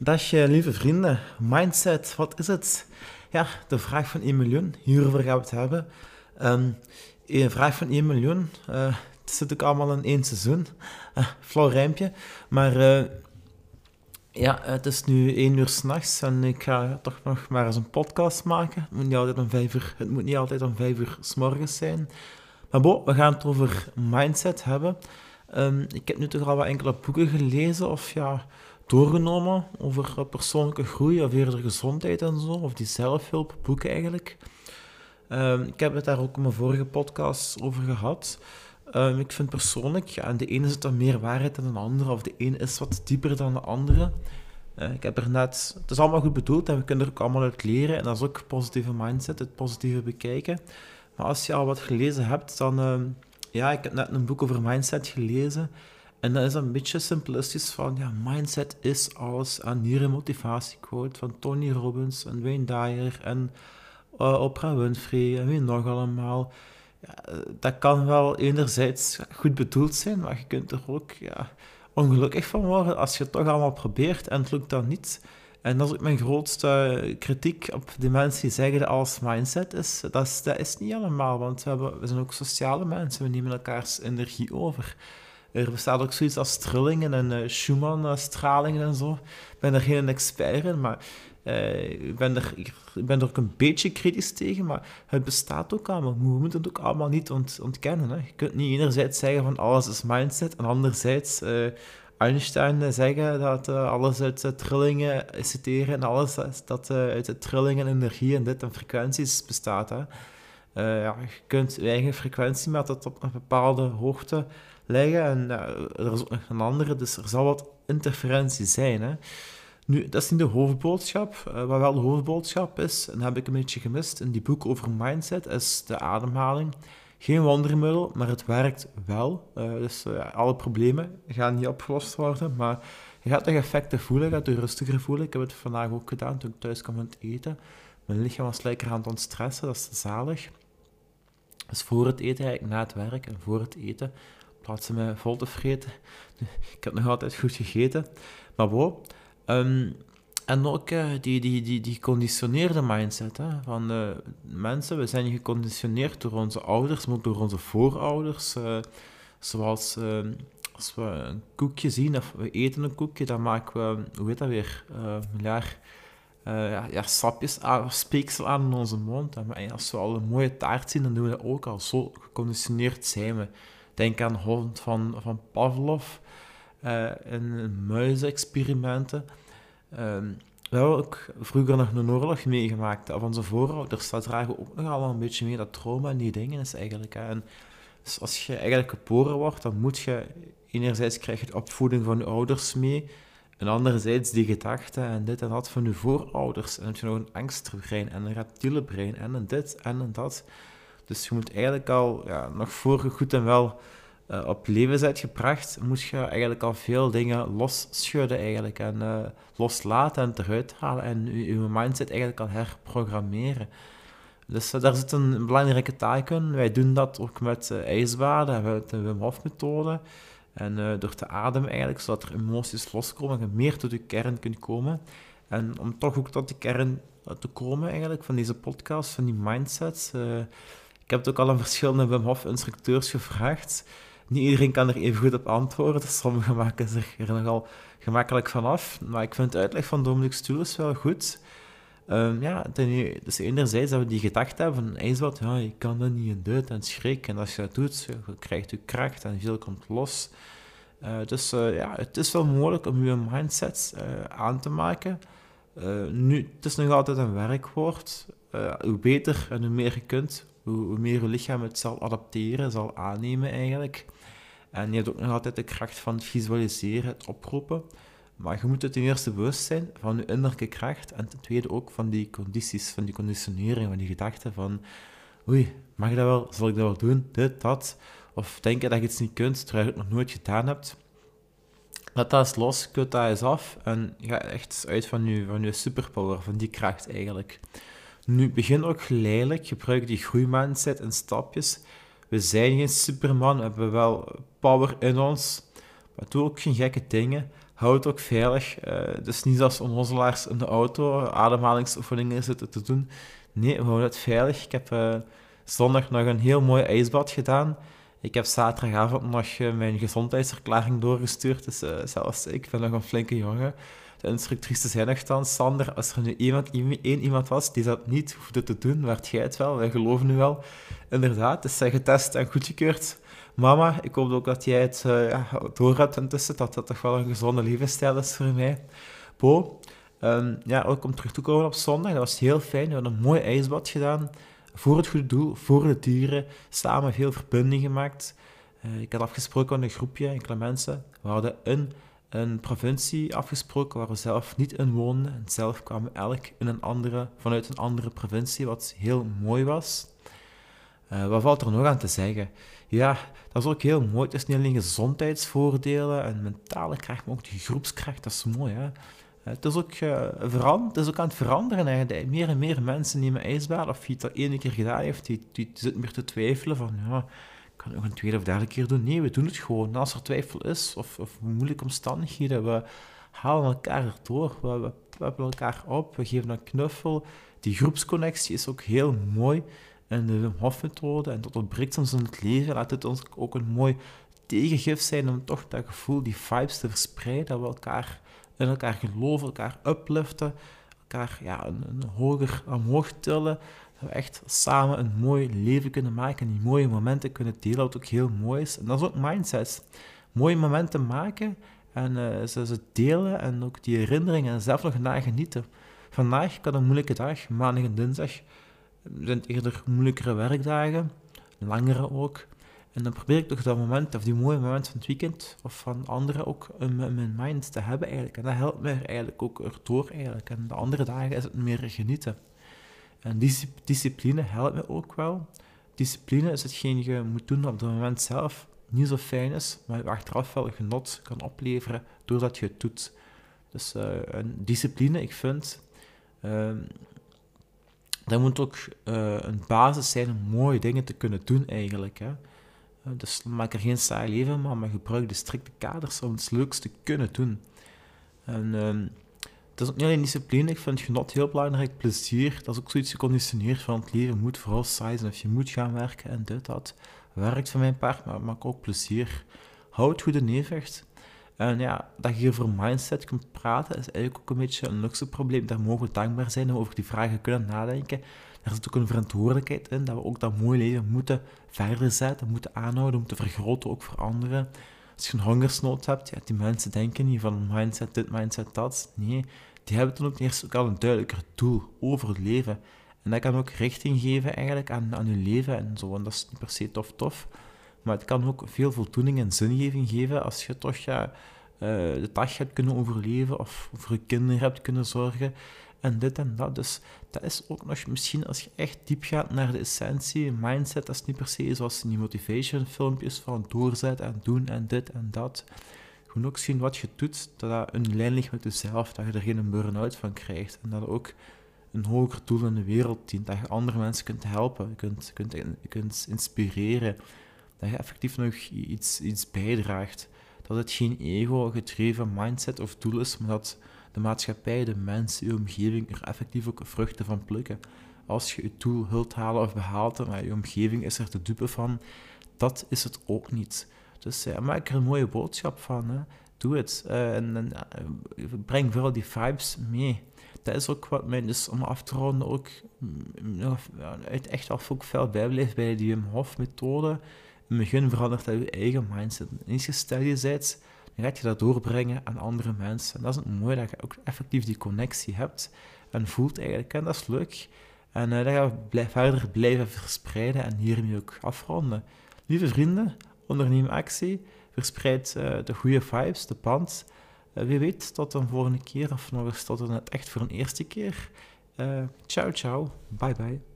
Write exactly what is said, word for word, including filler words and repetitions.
Dag eh, lieve vrienden, mindset, wat is het? Ja, de vraag van één miljoen, hierover gaan we het hebben. Um, een vraag van één miljoen, uh, het zit ook allemaal in één seizoen. Uh, flauw rijmpje, maar uh, ja, het is nu één uur s'nachts en ik ga toch nog maar eens een podcast maken. Het moet niet altijd om vijf uur, het moet niet altijd om vijf uur 's morgens zijn. Maar bon, we gaan het over mindset hebben. Um, ik heb nu toch al wat enkele boeken gelezen of ja, doorgenomen over uh, persoonlijke groei of eerder gezondheid en zo, of die zelfhulpboeken eigenlijk. Um, ik heb het daar ook in mijn vorige podcast over gehad. Um, ik vind persoonlijk, ja, aan de ene zit er meer waarheid dan de andere, of de ene is wat dieper dan de andere. Uh, ik heb er net, het is allemaal goed bedoeld en we kunnen er ook allemaal uit leren en dat is ook positieve mindset, het positieve bekijken. Maar als je al wat gelezen hebt, dan... Uh, ja, ik heb net een boek over mindset gelezen. En dat is een beetje simplistisch van... Ja, mindset is alles. En hier een motivatiequote van Tony Robbins en Wayne Dyer en uh, Oprah Winfrey en wie nog allemaal. Ja, dat kan wel enerzijds goed bedoeld zijn, maar je kunt er ook ja, ongelukkig van worden als je het toch allemaal probeert en het lukt dan niet. En dat is ook mijn grootste kritiek op de mensen die zeggen dat alles mindset is. Dat is, dat is niet allemaal, want we, hebben, we zijn ook sociale mensen. We nemen elkaars energie over. Er bestaat ook zoiets als trillingen en uh, Schumann-stralingen en zo. Ik ben er geen expert in, maar uh, ik, ben er, ik ben er ook een beetje kritisch tegen. Maar het bestaat ook allemaal. We moeten het ook allemaal niet ont, ontkennen. Hè. Je kunt niet enerzijds zeggen van alles is mindset en anderzijds... Uh, Einstein zeggen dat uh, alles uit uh, trillingen, citeren en alles dat uh, uit uh, trillingen, energie en dit en frequenties bestaat. Hè. Uh, ja, je kunt je eigen frequentie maar tot op een bepaalde hoogte leggen en uh, er is ook nog een andere, dus er zal wat interferentie zijn. Hè. Nu, dat is niet de hoofdboodschap. Uh, wat wel de hoofdboodschap is, en dat heb ik een beetje gemist in die boek over mindset, is de ademhaling. Geen wondermiddel, maar het werkt wel. Uh, dus uh, alle problemen gaan niet opgelost worden, maar je gaat toch effecten voelen, je gaat je rustiger voelen. Ik heb het vandaag ook gedaan toen ik thuis kwam aan het eten. Mijn lichaam was lekker aan het ontstressen, dat is zalig. Dus voor het eten, eigenlijk na het werk en voor het eten, in plaats van me vol te vreten. Ik heb nog altijd goed gegeten, maar wow. Um, En ook uh, die, die, die, die geconditioneerde mindset hè, van uh, mensen. We zijn geconditioneerd door onze ouders, maar ook door onze voorouders. Uh, zoals uh, als we een koekje zien, of we eten een koekje, dan maken we, hoe heet dat weer, uh, ja, uh, ja, ja, sapjes aan, speeksel aan in onze mond. En als we al een mooie taart zien, dan doen we dat ook al. Zo geconditioneerd zijn we. Denk aan de hond van, van Pavlov uh, en muizenexperimenten. Um, we hebben ook vroeger nog een oorlog meegemaakt van onze voorouders. Dat dragen we ook nog allemaal een beetje mee, dat trauma en die dingen is eigenlijk. Hè. En dus als je eigenlijk geboren wordt, dan moet je... Enerzijds krijg je de opvoeding van je ouders mee, en anderzijds die gedachten en dit en dat van je voorouders. En dan heb je nog een angstbrein en een reptielenbrein en een dit en een dat. Dus je moet eigenlijk al, ja, nog voor je goed en wel... Uh, op leven bent gebracht, moet je eigenlijk al veel dingen losschudden eigenlijk en uh, loslaten en eruit halen en je, je mindset eigenlijk al herprogrammeren. Dus uh, daar zit een belangrijke taak in. Wij doen dat ook met uh, ijsbaden, met de Wim Hof methode en uh, door te ademen eigenlijk, zodat er emoties loskomen en je meer tot je kern kunt komen. En om toch ook tot de kern te komen eigenlijk van deze podcast, van die mindsets. Uh, ik heb het ook al aan verschillende Wim Hof instructeurs gevraagd. Niet iedereen kan er even goed op antwoorden, dus sommigen maken zich er nogal gemakkelijk van af. Maar ik vind de uitleg van Dominic Stuurs wel goed. Um, ja, ten, dus enerzijds dat we die gedachte hebben van een ijsbad, ja, je kan dat niet in dit en schrik. En als je dat doet, je krijgt je kracht en veel komt los. Uh, dus uh, ja, het is wel mogelijk om je mindset uh, aan te maken. Uh, nu, het is nog altijd een werkwoord. Uh, hoe beter en hoe meer je kunt, hoe, hoe meer je lichaam het zal adapteren, zal aannemen eigenlijk. En je hebt ook nog altijd de kracht van het visualiseren, het oproepen. Maar je moet het ten eerste bewust zijn van je innerlijke kracht en ten tweede ook van die condities, van die conditionering, van die gedachten van oei, mag ik dat wel, zal ik dat wel doen, dit, dat. Of denken dat je iets niet kunt, terwijl je het nog nooit gedaan hebt. Laat dat eens los, kut dat eens af en ga echt uit van je, van je superpower, van die kracht eigenlijk. Nu, begin ook geleidelijk, gebruik die groeimindset in stapjes. We zijn geen superman, we hebben wel power in ons, maar doe ook geen gekke dingen. hou het ook veilig. Uh, dus niet als onnozelaars in de auto ademhalingsoefeningen zitten te doen. Nee, we houden het veilig. Ik heb uh, zondag nog een heel mooi ijsbad gedaan. Ik heb zaterdagavond nog uh, mijn gezondheidsverklaring doorgestuurd. Dus uh, zelfs ik ben nog een flinke jongen. De instructrice zei nog dan, Sander, als er nu iemand, één iemand was die dat niet hoefde te doen, werd jij het wel. Wij geloven nu wel. Inderdaad, het is getest en goedgekeurd. Mama, ik hoop ook dat jij het uh, ja, door hebt intussen, dat dat toch wel een gezonde levensstijl is voor mij. Bo, um, ja, ook om terug te komen op zondag, dat was heel fijn. We hadden een mooi ijsbad gedaan, voor het goede doel, voor de dieren, samen veel verbinding gemaakt. Uh, ik had afgesproken met een groepje, enkele mensen. We hadden een, een provincie afgesproken waar we zelf niet in woonden. En zelf kwamen we elk in een andere, vanuit een andere provincie, wat heel mooi was. Uh, wat valt er nog aan te zeggen? Ja, dat is ook heel mooi. Het is niet alleen gezondheidsvoordelen en mentale kracht, maar ook die groepskracht. Dat is mooi, hè? Uh, het, is ook, uh, verand- het is ook aan het veranderen, eigenlijk. Meer en meer mensen nemen ijsbad, of wie het dat ene keer gedaan heeft, die, die, die zitten meer te twijfelen van, ja, ik kan het nog een tweede of derde keer doen. Nee, we doen het gewoon. En als er twijfel is, of, of moeilijke omstandigheden, we halen elkaar erdoor. We, we, we hebben elkaar op, we geven een knuffel. Die groepsconnectie is ook heel mooi. En de Wim Hof methode, en dat ontbreekt ons in het leven, laat het ons ook een mooi tegengif zijn om toch dat gevoel, die vibes te verspreiden, dat we elkaar in elkaar geloven, elkaar upliften, elkaar ja, een, een hoger omhoog tillen, dat we echt samen een mooi leven kunnen maken en die mooie momenten kunnen delen, wat ook heel mooi is. En dat is ook mindset. Mooie momenten maken en uh, ze, ze delen en ook die herinneringen en zelf nog na genieten. Vandaag kan een moeilijke dag, maandag en dinsdag, zijn het eerder moeilijkere werkdagen, langere ook. En dan probeer ik toch dat moment, of die mooie moment van het weekend, of van anderen ook in mijn mind te hebben eigenlijk. En dat helpt me eigenlijk ook erdoor eigenlijk. En de andere dagen is het meer genieten. En discipline helpt me ook wel. Discipline is hetgeen je moet doen op het moment zelf. Niet zo fijn is, maar je achteraf wel genot kan opleveren doordat je het doet. Dus uh, een discipline, ik vind... Uh, Dat moet ook uh, een basis zijn om mooie dingen te kunnen doen, eigenlijk. Hè. Uh, dus maak er geen saai leven van, maar gebruik de strikte kaders om het leukste te kunnen doen. En uh, het is ook niet alleen discipline, ik vind genot heel belangrijk, plezier. Dat is ook zoiets geconditioneerd van het leven moet vooral saai zijn, of je moet gaan werken en dit, dat. Werkt van mijn part, maar maak ook plezier. Houd goed in evenwicht. En ja, dat je over mindset kunt praten, is eigenlijk ook een beetje een luxe probleem. Daar mogen we dankbaar zijn en we over die vragen kunnen nadenken. Daar zit ook een verantwoordelijkheid in, dat we ook dat mooie leven moeten verder zetten, moeten aanhouden, moeten vergroten, ook voor anderen. Als je een hongersnood hebt, ja, die mensen denken niet van mindset dit, mindset dat. Nee, die hebben dan ook eerst ook al een duidelijker doel over het leven. En dat kan ook richting geven eigenlijk aan, aan je leven en zo. En dat is niet per se tof tof. Maar het kan ook veel voldoening en zingeving geven als je toch ja, uh, de dag hebt kunnen overleven of voor je kinderen hebt kunnen zorgen en dit en dat. Dus dat is ook nog misschien als je echt diep gaat naar de essentie, mindset, dat is niet per se zoals in die motivation filmpjes van doorzetten en doen en dit en dat. Je moet ook zien wat je doet, dat dat in lijn ligt met jezelf, dat je er geen burn-out van krijgt en dat er ook een hoger doel in de wereld dient, dat je andere mensen kunt helpen, je kunt, je kunt, je kunt inspireren. Dat je effectief nog iets, iets bijdraagt. Dat het geen ego-gedreven mindset of doel is, maar dat de maatschappij, de mensen, je omgeving er effectief ook vruchten van plukken. Als je je doel wilt halen of behaalt, maar je omgeving is er te dupe van, dat is het ook niet. Dus ja, maak er een mooie boodschap van. Hè. Doe het. Uh, en, en uh, breng vooral die vibes mee. Dat is ook wat mij, dus om af te ronden, ook uh, uit echt af ook veel bijblijft bij die Wim Hof methode. In het begin verandert dat je eigen mindset. En eens je steady bent, dan ga je dat doorbrengen aan andere mensen. En dat is het mooie, dat je ook effectief die connectie hebt en voelt eigenlijk. En dat is leuk. En uh, dat gaan we blij, verder blijven verspreiden en hiermee ook afronden. Lieve vrienden, onderneem actie. Verspreid uh, de goede vibes, de band. Uh, wie weet, tot een volgende keer of nog eens tot een echt voor een eerste keer. Uh, ciao, ciao. Bye, bye.